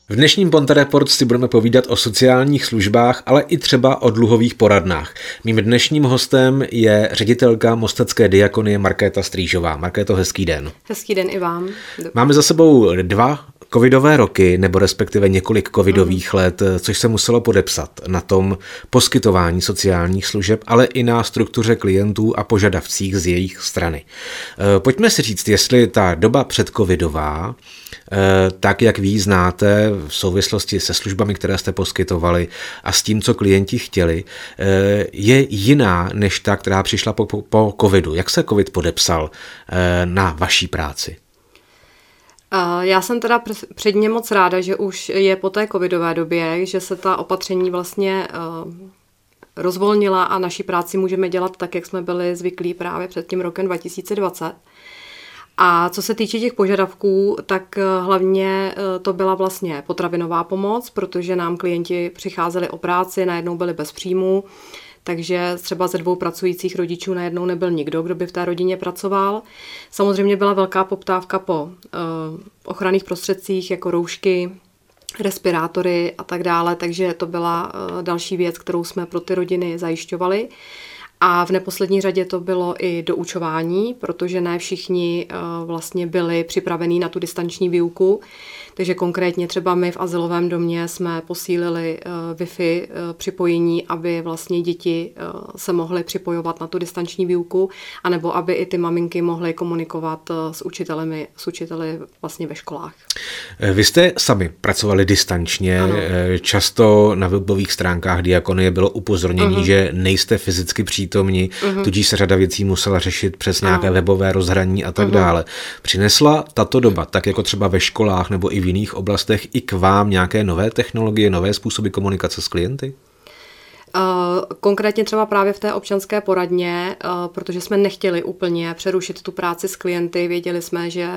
V dnešním Ponte Report si budeme povídat o sociálních službách, ale i třeba o dluhových poradnách. Mým dnešním hostem je ředitelka Mostecké diakonie Markéta Strýžová. Markéto, hezký den. Hezký den i vám. Máme za sebou 2 covidové roky, nebo respektive několik covidových let, což se muselo podepsat na tom poskytování sociálních služeb, ale i na struktuře klientů a požadavcích z jejich strany. Pojďme si říct, jestli ta doba předcovidová, tak jak vy ji znáte v souvislosti se službami, které jste poskytovali a s tím, co klienti chtěli, je jiná než ta, která přišla po covidu. Jak se covid podepsal na vaší práci? Já jsem teda předně moc ráda, že už je po té covidové době, že se ta opatření vlastně rozvolnila a naší práci můžeme dělat tak, jak jsme byli zvyklí právě před tím rokem 2020. A co se týče těch požadavků, tak hlavně to byla vlastně potravinová pomoc, protože nám klienti přicházeli o práci, najednou byli bez příjmu, takže třeba ze 2 pracujících rodičů najednou nebyl nikdo, kdo by v té rodině pracoval. Samozřejmě byla velká poptávka po ochranných prostředcích, jako roušky, respirátory a tak dále, takže to byla další věc, kterou jsme pro ty rodiny zajišťovali. A v neposlední řadě to bylo i doučování, protože ne všichni vlastně byli připravení na tu distanční výuku. Takže konkrétně třeba my v azylovém domě jsme posílili Wi-Fi připojení, aby vlastně děti se mohly připojovat na tu distanční výuku, anebo aby i ty maminky mohly komunikovat s učiteli vlastně ve školách. Vy jste sami pracovali distančně, ano. Často na webových stránkách diakonie bylo upozornění, že nejste fyzicky přítomni, tudíž se řada věcí musela řešit přes nějaké webové rozhraní a tak dále. Přinesla tato doba, tak jako třeba ve školách nebo i v jiných oblastech, i k vám nějaké nové technologie, nové způsoby komunikace s klienty? Konkrétně třeba právě v té občanské poradně, protože jsme nechtěli úplně přerušit tu práci s klienty, věděli jsme, že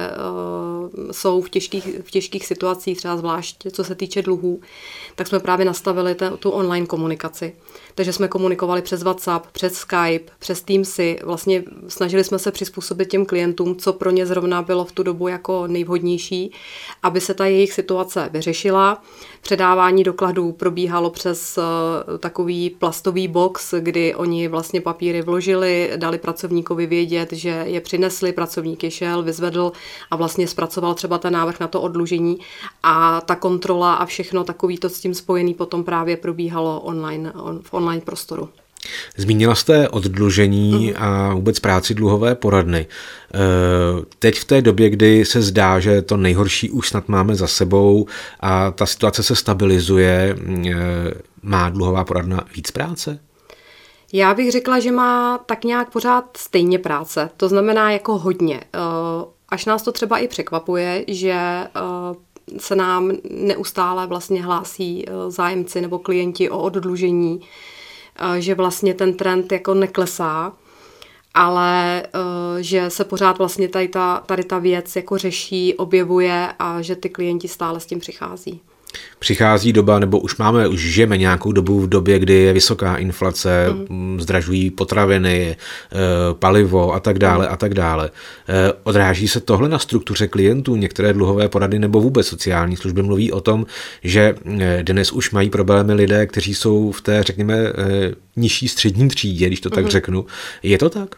jsou v těžkých situacích, třeba zvlášť co se týče dluhů, tak jsme právě nastavili tu online komunikaci. Takže jsme komunikovali přes WhatsApp, přes Skype, přes Teamsy, vlastně snažili jsme se přizpůsobit těm klientům, co pro ně zrovna bylo v tu dobu jako nejvhodnější, aby se ta jejich situace vyřešila. Předávání dokladů probíhalo přes takový plastový box, kdy oni vlastně papíry vložili, dali pracovníkovi vědět, že je přinesli, pracovník je šel, vyzvedl a vlastně zpracoval třeba ten návrh na to oddlužení a ta kontrola a všechno takovýto s tím spojený potom právě probíhalo v online prostoru. Zmínila jste oddlužení a vůbec práci dluhové poradny. Teď v té době, kdy se zdá, že to nejhorší už snad máme za sebou a ta situace se stabilizuje, má dluhová poradna víc práce? Já bych řekla, že má tak nějak pořád stejně práce. To znamená jako hodně. Až nás to třeba i překvapuje, že se nám neustále vlastně hlásí zájemci nebo klienti o oddlužení, že vlastně ten trend jako neklesá, ale že se pořád vlastně tady ta věc jako řeší, objevuje a že ty klienti stále s tím přichází. Přichází doba, nebo už žijeme nějakou dobu v době, kdy je vysoká inflace, zdražují potraviny, palivo a tak dále a tak dále. Odráží se tohle na struktuře klientů? Některé dluhové porady nebo vůbec sociální služby mluví o tom, že dnes už mají problémy lidé, kteří jsou v té, řekněme, nižší střední třídě, když to tak řeknu. Je to tak?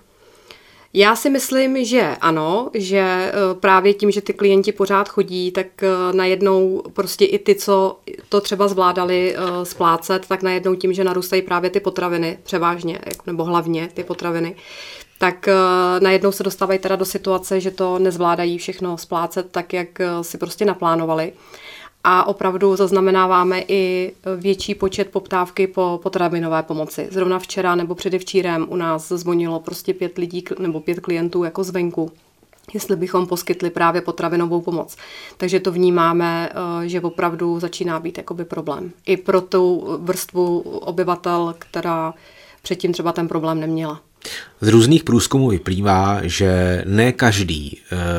Já si myslím, že ano, že právě tím, že ty klienti pořád chodí, tak najednou prostě i ty, co to třeba zvládali splácet, tak najednou tím, že narůstají právě ty potraviny převážně, nebo hlavně ty potraviny, tak najednou se dostávají teda do situace, že to nezvládají všechno splácet tak, jak si prostě naplánovali. A opravdu zaznamenáváme i větší počet poptávky po potravinové pomoci. Zrovna včera nebo předevčírem u nás zvonilo prostě 5 lidí nebo 5 klientů jako zvenku, jestli bychom poskytli právě potravinovou pomoc. Takže to vnímáme, že opravdu začíná být jakoby problém. I pro tu vrstvu obyvatel, která předtím třeba ten problém neměla. Z různých průzkumů vyplývá, že ne každý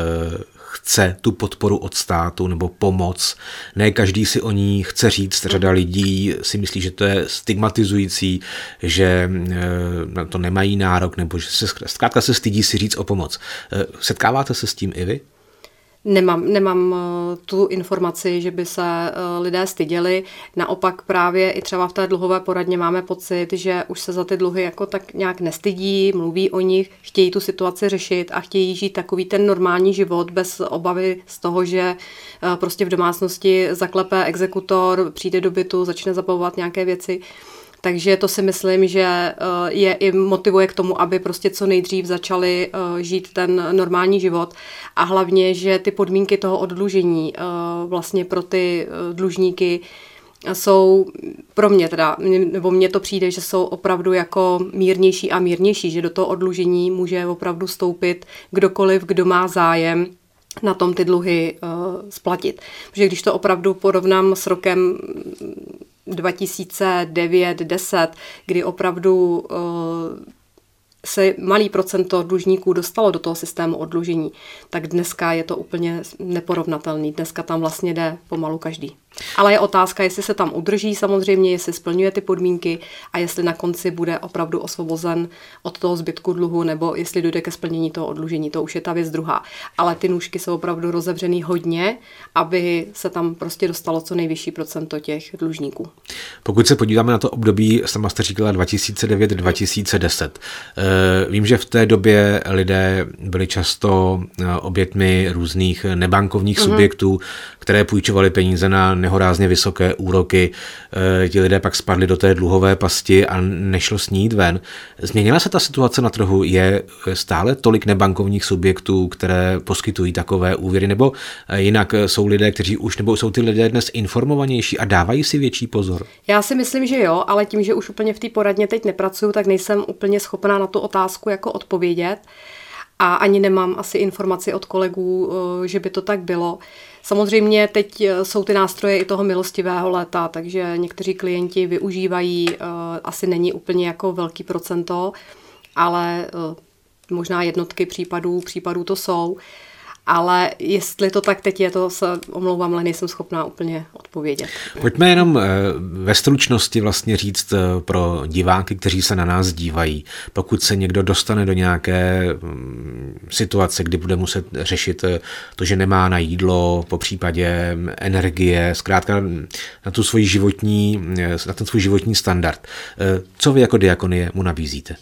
chce tu podporu od státu nebo pomoc. Ne každý si o ní chce říct. Řada lidí si myslí, že to je stigmatizující, že na to nemají nárok nebo že se zkrátka se stydí si říct o pomoc. Setkáváte se s tím i vy? Nemám tu informaci, že by se lidé styděli. Naopak právě i třeba v té dluhové poradně máme pocit, že už se za ty dluhy jako tak nějak nestydí, mluví o nich, chtějí tu situaci řešit a chtějí žít takový ten normální život bez obavy z toho, že prostě v domácnosti zaklepe exekutor, přijde do bytu, začne zabavovat nějaké věci. Takže to si myslím, že je i motivuje k tomu, aby prostě co nejdřív začali žít ten normální život a hlavně, že ty podmínky toho oddlužení vlastně pro ty dlužníky jsou pro mě teda, nebo mně to přijde, že jsou opravdu jako mírnější a mírnější, že do toho oddlužení může opravdu vstoupit kdokoliv, kdo má zájem na tom ty dluhy splatit. Protože když to opravdu porovnám s rokem 2009-10, kdy opravdu se malý procento dlužníků dostalo do toho systému oddlužení, tak dneska je to úplně neporovnatelný. Dneska tam vlastně jde pomalu každý. Ale je otázka, jestli se tam udrží samozřejmě, jestli splňuje ty podmínky a jestli na konci bude opravdu osvobozen od toho zbytku dluhu, nebo jestli dojde ke splnění toho oddlužení. To už je ta věc druhá. Ale ty nůžky jsou opravdu rozevřený hodně, aby se tam prostě dostalo co nejvyšší procento těch dlužníků. Pokud se podíváme na to období, sama jste říkala 2009-2010, vím, že v té době lidé byli často oběťmi různých nebankovních subjektů, které půjčovaly peníze na nehorázně vysoké úroky. Ti lidé pak spadli do té dluhové pasti a nešlo s ní jít ven. Změnila se ta situace na trhu? Je stále tolik nebankovních subjektů, které poskytují takové úvěry? Nebo jinak jsou lidé, kteří už, nebo jsou ty lidé dnes informovanější a dávají si větší pozor? Já si myslím, že jo, ale tím, že už úplně v té poradně teď nepracuju, tak nejsem úplně schopná na tu otázku jako odpovědět. A ani nemám asi informaci od kolegů, že by to tak bylo. Samozřejmě teď jsou ty nástroje i toho milostivého léta, takže někteří klienti využívají, asi není úplně jako velký procento, ale možná jednotky případů to jsou. Ale jestli to tak teď je, to se omlouvám, ale nejsem schopná úplně odpovědět. Pojďme jenom ve stručnosti vlastně říct pro diváky, kteří se na nás dívají. Pokud se někdo dostane do nějaké situace, kdy bude muset řešit to, že nemá na jídlo, po případě energie, zkrátka na ten svůj životní standard. Co vy jako diakonie mu nabízíte?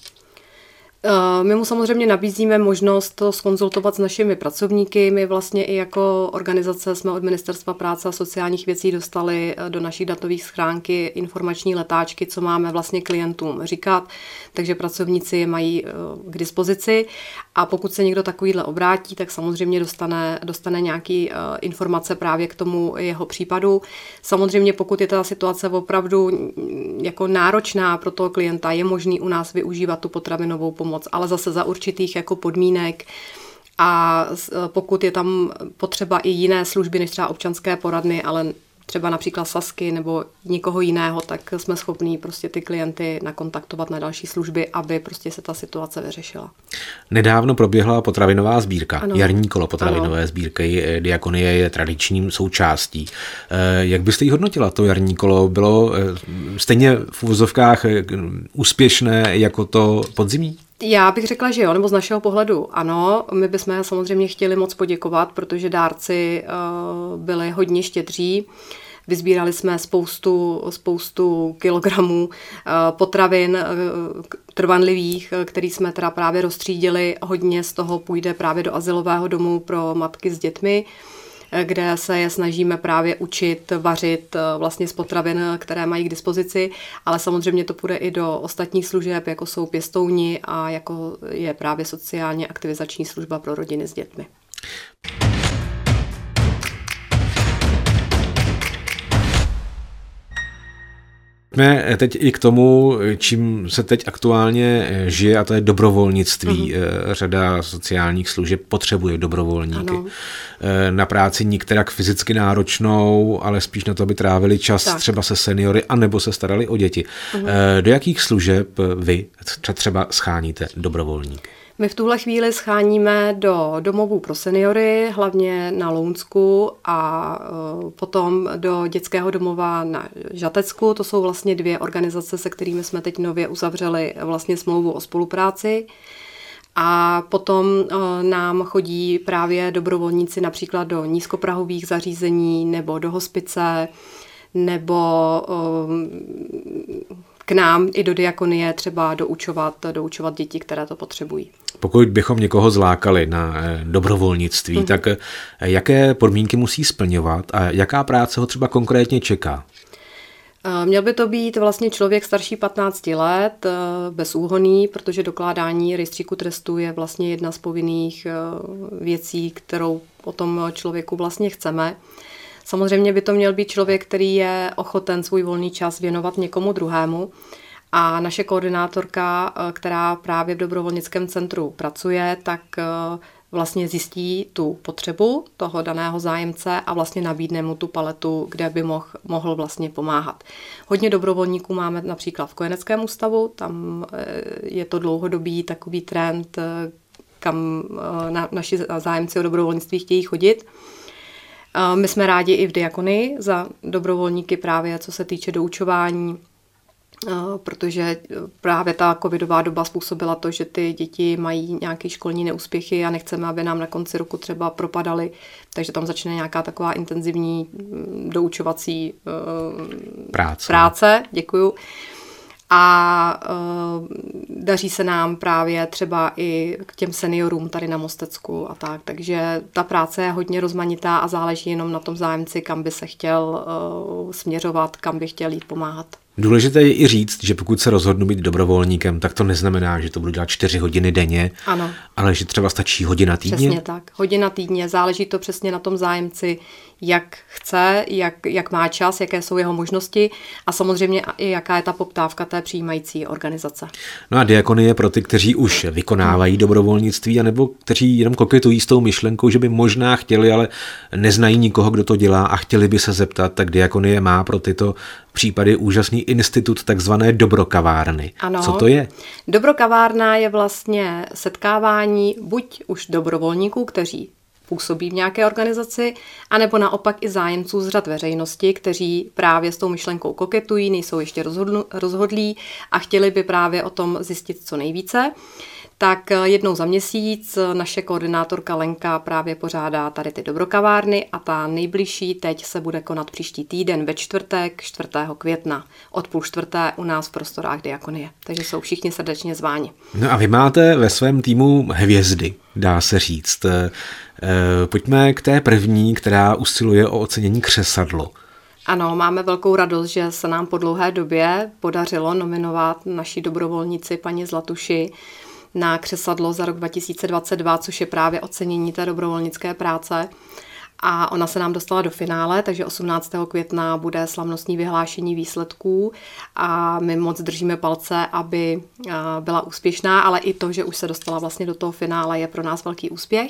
My mu samozřejmě nabízíme možnost to zkonzultovat s našimi pracovníky. My vlastně i jako organizace jsme od Ministerstva práce a sociálních věcí dostali do našich datových schránky informační letáčky, co máme vlastně klientům říkat, takže pracovníci je mají k dispozici a pokud se někdo takovýhle obrátí, tak samozřejmě dostane nějaký informace právě k tomu jeho případu. Samozřejmě pokud je ta situace opravdu jako náročná pro toho klienta, je možný u nás využívat tu potravinovou pomoc, ale zase za určitých jako podmínek a pokud je tam potřeba i jiné služby než třeba občanské poradny, ale třeba například Sasky nebo někoho jiného, tak jsme schopní prostě ty klienty nakontaktovat na další služby, aby prostě se ta situace vyřešila. Nedávno proběhla potravinová sbírka, ano. Jarní kolo potravinové sbírky, diakonie je tradičním součástí. Jak byste ji hodnotila? To jarní kolo bylo stejně v uvozovkách úspěšné jako to podzimní? Já bych řekla, že jo, nebo z našeho pohledu ano. My bychom samozřejmě chtěli moc poděkovat, protože byli hodně štědří. Vysbírali jsme spoustu kilogramů potravin trvanlivých, který jsme teda právě rozstřídili. Hodně z toho půjde právě do azylového domu pro matky s dětmi, kde se je snažíme právě učit vařit vlastně z potravin, které mají k dispozici, ale samozřejmě to půjde i do ostatních služeb, jako jsou pěstouni a jako je právě sociálně aktivizační služba pro rodiny s dětmi. Pojďme teď i k tomu, čím se teď aktuálně žije, a to je dobrovolnictví. Řada sociálních služeb potřebuje dobrovolníky. Ano. Na práci nikterak fyzicky náročnou, ale spíš na to, aby trávili čas třeba se seniory, anebo se starali o děti. Do jakých služeb vy třeba scháníte dobrovolníky? My v tuhle chvíli scháníme do domovů pro seniory, hlavně na Lounsku a potom do dětského domova na Žatecku. To jsou vlastně 2 organizace, se kterými jsme teď nově uzavřeli vlastně smlouvu o spolupráci. A potom nám chodí právě dobrovolníci například do nízkoprahových zařízení nebo do hospice, nebo k nám i do diakonie třeba doučovat děti, které to potřebují. Pokud bychom někoho zlákali na dobrovolnictví, tak jaké podmínky musí splňovat a jaká práce ho třeba konkrétně čeká? Měl by to být vlastně člověk starší 15 let, bezúhonný, protože dokládání rejstříku trestů je vlastně jedna z povinných věcí, kterou o tom člověku vlastně chceme. Samozřejmě by to měl být člověk, který je ochoten svůj volný čas věnovat někomu druhému. A naše koordinátorka, která právě v dobrovolnickém centru pracuje, tak vlastně zjistí tu potřebu toho daného zájemce a vlastně nabídne mu tu paletu, kde by mohl vlastně pomáhat. Hodně dobrovolníků máme například v kojeneckém ústavu, tam je to dlouhodobý takový trend, kam naši zájemci o dobrovolnictví chtějí chodit. My jsme rádi i v diakonii za dobrovolníky právě co se týče doučování, protože právě ta covidová doba způsobila to, že ty děti mají nějaké školní neúspěchy a nechceme, aby nám na konci roku třeba propadaly, takže tam začne nějaká taková intenzivní doučovací práce. Děkuju. A daří se nám právě třeba i k těm seniorům tady na Mostecku a tak. Takže ta práce je hodně rozmanitá a záleží jenom na tom zájemci, kam by se chtěl směřovat, kam by chtěl jít pomáhat. Důležité je i říct, že pokud se rozhodnu být dobrovolníkem, tak to neznamená, že to budu dělat 4 hodiny denně, ano. Ale že třeba stačí hodina týdně. Přesně tak, hodina týdně, záleží to přesně na tom zájemci, jak chce, jak má čas, jaké jsou jeho možnosti a samozřejmě i jaká je ta poptávka té přijímající organizace. No a diakonie pro ty, kteří už vykonávají dobrovolnictví, anebo kteří jenom koketují s tou myšlenkou, že by možná chtěli, ale neznají nikoho, kdo to dělá a chtěli by se zeptat, tak diakonie má pro tyto případy úžasný institut takzvané dobrokavárny. Ano. Co to je? Dobrokavárna je vlastně setkávání buď už dobrovolníků, kteří působí v nějaké organizaci, anebo naopak i zájemců z řad veřejnosti, kteří právě s tou myšlenkou koketují, nejsou ještě rozhodlí a chtěli by právě o tom zjistit co nejvíce. Tak jednou za měsíc naše koordinátorka Lenka právě pořádá tady ty dobrokavárny a ta nejbližší teď se bude konat příští týden ve čtvrtek 4. května od 3:30 u nás v prostorách diakonie. Takže jsou všichni srdečně zváni. No a vy máte ve svém týmu hvězdy, dá se říct. Pojďme k té první, která usiluje o ocenění křesadlo. Ano, máme velkou radost, že se nám po dlouhé době podařilo nominovat naši dobrovolnici paní Zlatuši na křesadlo za rok 2022, což je právě ocenění té dobrovolnické práce. A ona se nám dostala do finále, takže 18. května bude slavnostní vyhlášení výsledků a my moc držíme palce, aby byla úspěšná, ale i to, že už se dostala vlastně do toho finále, je pro nás velký úspěch.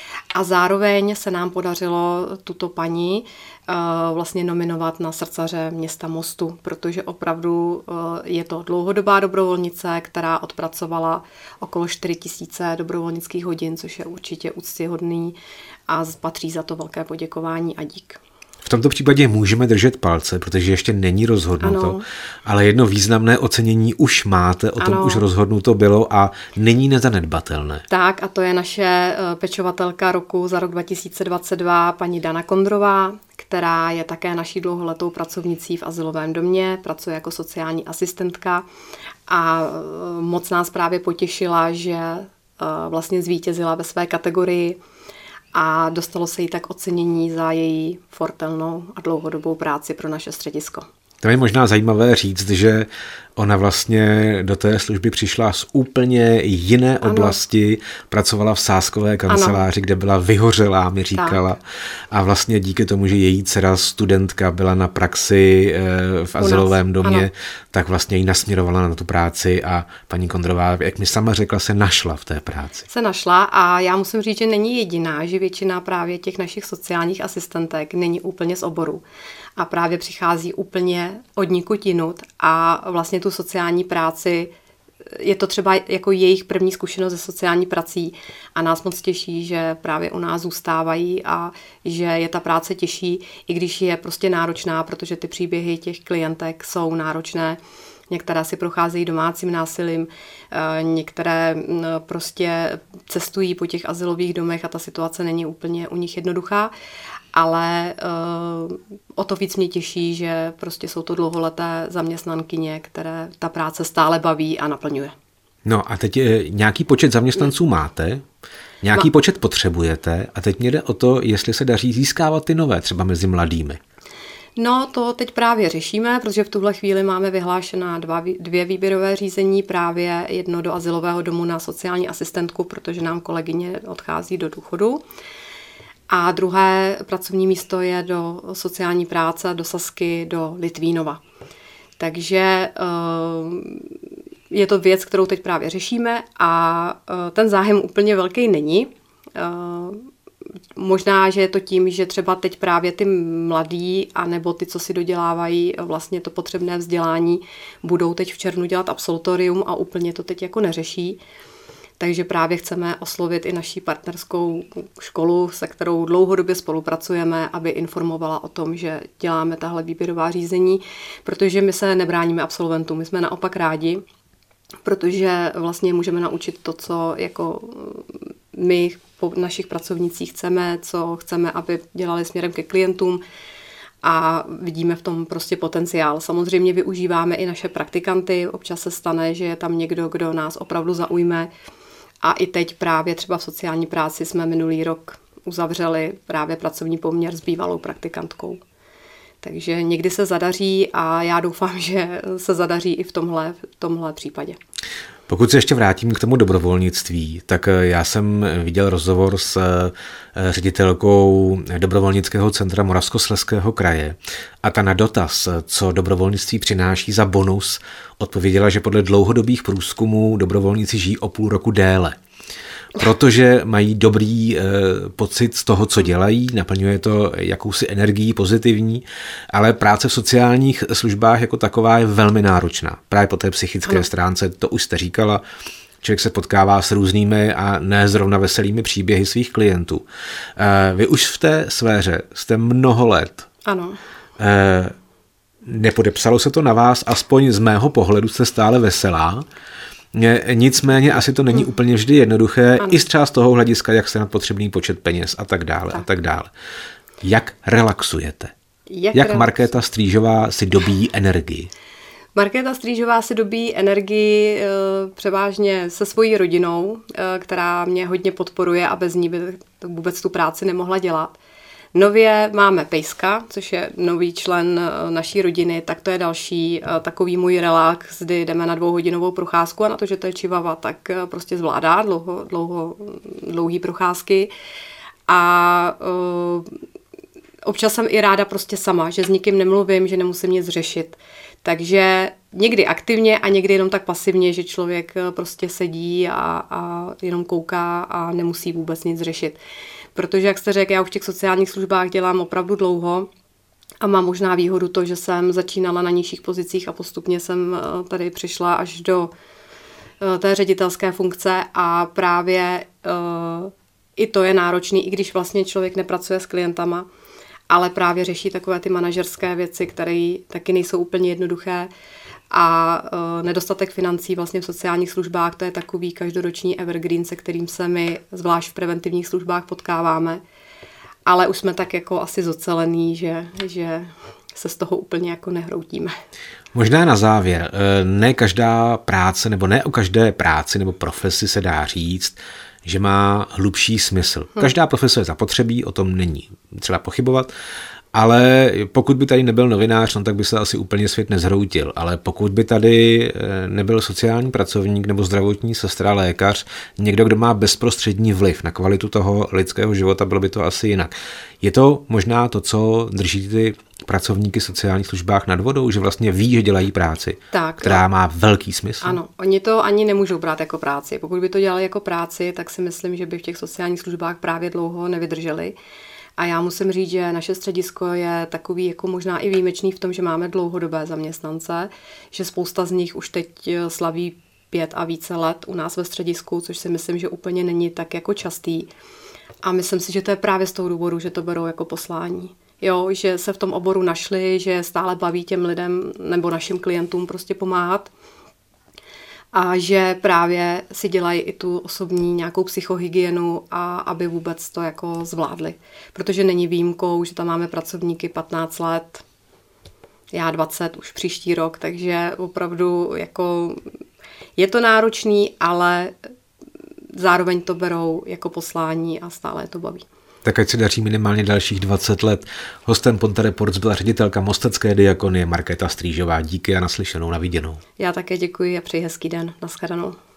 A zároveň se nám podařilo tuto paní vlastně nominovat na srdcaře města Mostu, protože opravdu je to dlouhodobá dobrovolnice, která odpracovala okolo 4 000 dobrovolnických hodin, což je určitě úctyhodný a patří za to velké poděkování a dík. V tomto případě můžeme držet palce, protože ještě není rozhodnuto, ano. Ale jedno významné ocenění už máte, o tom už rozhodnuto bylo a není nezanedbatelné. Tak a to je naše pečovatelka roku za rok 2022, paní Dana Kondrová, která je také naší dlouholetou pracovnicí v azylovém domě, pracuje jako sociální asistentka a moc nás právě potěšila, že vlastně zvítězila ve své kategorii a dostalo se jí tak ocenění za její fortelnou a dlouhodobou práci pro naše středisko. To je možná zajímavé říct, že ona vlastně do té služby přišla z úplně jiné oblasti, pracovala v sáskové kanceláři, kde byla vyhořelá, mi říkala. Tak. A vlastně díky tomu, že její dcera studentka byla na praxi v azylovém domě, tak vlastně ji nasměrovala na tu práci a paní Kondrová, jak mi sama řekla, se našla v té práci. Se našla a já musím říct, že není jediná, že většina právě těch našich sociálních asistentek není úplně z oboru. A právě přichází úplně odnikud jinut a vlastně tu sociální práci, je to třeba jako jejich první zkušenost se sociální prací a nás moc těší, že právě u nás zůstávají a že je ta práce těžší, i když je prostě náročná, protože ty příběhy těch klientek jsou náročné. některé si procházejí domácím násilím, některé prostě cestují po těch azylových domech a ta situace není úplně u nich jednoduchá, ale o to víc mě těší, že prostě jsou to dlouholeté zaměstnankyně, které ta práce stále baví a naplňuje. No a teď nějaký počet zaměstnanců máte, nějaký počet potřebujete a teď mě jde o to, jestli se daří získávat ty nové, třeba mezi mladými. No to teď právě řešíme, protože v tuhle chvíli máme vyhlášená dvě výběrové řízení, právě jedno do azylového domu na sociální asistentku, protože nám kolegyně odchází do důchodu. A druhé pracovní místo je do sociální práce, do Sasky, do Litvínova. Takže je to věc, kterou teď právě řešíme a ten zájem úplně velký není. Možná, že je to tím, že třeba teď právě ty mladí anebo ty, co si dodělávají vlastně to potřebné vzdělání, budou teď v červnu dělat absolutorium a úplně to teď jako neřeší. Takže právě chceme oslovit i naší partnerskou školu, se kterou dlouhodobě spolupracujeme, aby informovala o tom, že děláme tahle výběrová řízení, protože my se nebráníme absolventům, my jsme naopak rádi, protože vlastně můžeme naučit to, co jako my po našich pracovnicích chceme, co chceme, aby dělali směrem ke klientům a vidíme v tom prostě potenciál. Samozřejmě využíváme i naše praktikanty, občas se stane, že je tam někdo, kdo nás opravdu zaujme a i teď právě třeba v sociální práci jsme minulý rok uzavřeli právě pracovní poměr s bývalou praktikantkou. Takže někdy se zadaří a já doufám, že se zadaří i v tomhle případě. Pokud se ještě vrátím k tomu dobrovolnictví, tak já jsem viděl rozhovor s ředitelkou dobrovolnického centra Moravskoslezského kraje a ta na dotaz, co dobrovolnictví přináší za bonus, odpověděla, že podle dlouhodobých průzkumů dobrovolníci žijí o půl roku déle. Protože mají dobrý pocit z toho, co dělají, naplňuje to jakousi energií pozitivní, ale práce v sociálních službách jako taková je velmi náročná. Právě po té psychické stránce, to už jste říkala, člověk se potkává s různými a ne zrovna veselými příběhy svých klientů. Vy už v té sféře jste mnoho let. Ano. Nepodepsalo se to na vás, aspoň z mého pohledu jste stále veselá. Nicméně asi to není úplně vždy jednoduché, ano. I třeba z toho hlediska, jak se na potřebný počet peněz a tak dále a tak dále. Jak relaxujete? Jak Markéta Strýžová si dobíjí energii? Markéta Strýžová si dobíjí energii převážně se svojí rodinou, která mě hodně podporuje a bez ní by vůbec tu práci nemohla dělat. Nově máme Pejska, což je nový člen naší rodiny, tak to je další takový můj relax, kdy jdeme na 2hodinovou procházku a na to, že to je čivava, tak prostě zvládá dlouhý procházky. A občas jsem i ráda prostě sama, že s nikým nemluvím, že nemusím nic řešit. Takže někdy aktivně a někdy jenom tak pasivně, že člověk prostě sedí a jenom kouká a nemusí vůbec nic řešit. Protože, jak jste řekl, já už v těch sociálních službách dělám opravdu dlouho a mám možná výhodu to, že jsem začínala na nižších pozicích a postupně jsem tady přišla až do té ředitelské funkce a právě i to je náročný, i když vlastně člověk nepracuje s klientama, ale právě řeší takové ty manažerské věci, které taky nejsou úplně jednoduché a nedostatek financí vlastně v sociálních službách, to je takový každoroční evergreen, se kterým se my zvlášť v preventivních službách potkáváme, ale už jsme tak jako asi zocelený, že se z toho úplně jako nehroutíme. Možná na závěr, ne každá práce nebo ne o každé práci nebo profesi se dá říct, že má hlubší smysl. Každá profese je zapotřebí, o tom není třeba pochybovat, ale pokud by tady nebyl novinář, no tak by se asi úplně svět nezhroutil. Ale pokud by tady nebyl sociální pracovník nebo zdravotní sestra, lékař, někdo, kdo má bezprostřední vliv na kvalitu toho lidského života, bylo by to asi jinak. Je to možná to, co drží ty pracovníky v sociálních službách nad vodou, že vlastně ví, že dělají práci, která má velký smysl? Ano, oni to ani nemůžou brát jako práci. Pokud by to dělali jako práci, tak si myslím, že by v těch sociálních službách právě dlouho nevydrželi. A já musím říct, že naše středisko je takový jako možná i výjimečný v tom, že máme dlouhodobé zaměstnance, že spousta z nich už teď slaví 5 a více let u nás ve středisku, což si myslím, že úplně není tak jako častý. A myslím si, že to je právě z toho důvodu, že to berou jako poslání. jo, že se v tom oboru našli, že stále baví těm lidem nebo našim klientům prostě pomáhat. A že právě si dělají i tu osobní nějakou psychohygienu a aby vůbec to jako zvládli. Protože není výjimkou, že tam máme pracovníky 15 let, já 20 už příští rok, takže opravdu jako je to náročný, ale zároveň to berou jako poslání a stále je to baví. Tak ať se daří minimálně dalších 20 let. Hostem Ponte Reports byla ředitelka Mostecké diakonie Markéta Strýžová. Díky a naslyšenou, na viděnou. Já také děkuji a přeji hezký den. Nashledanou.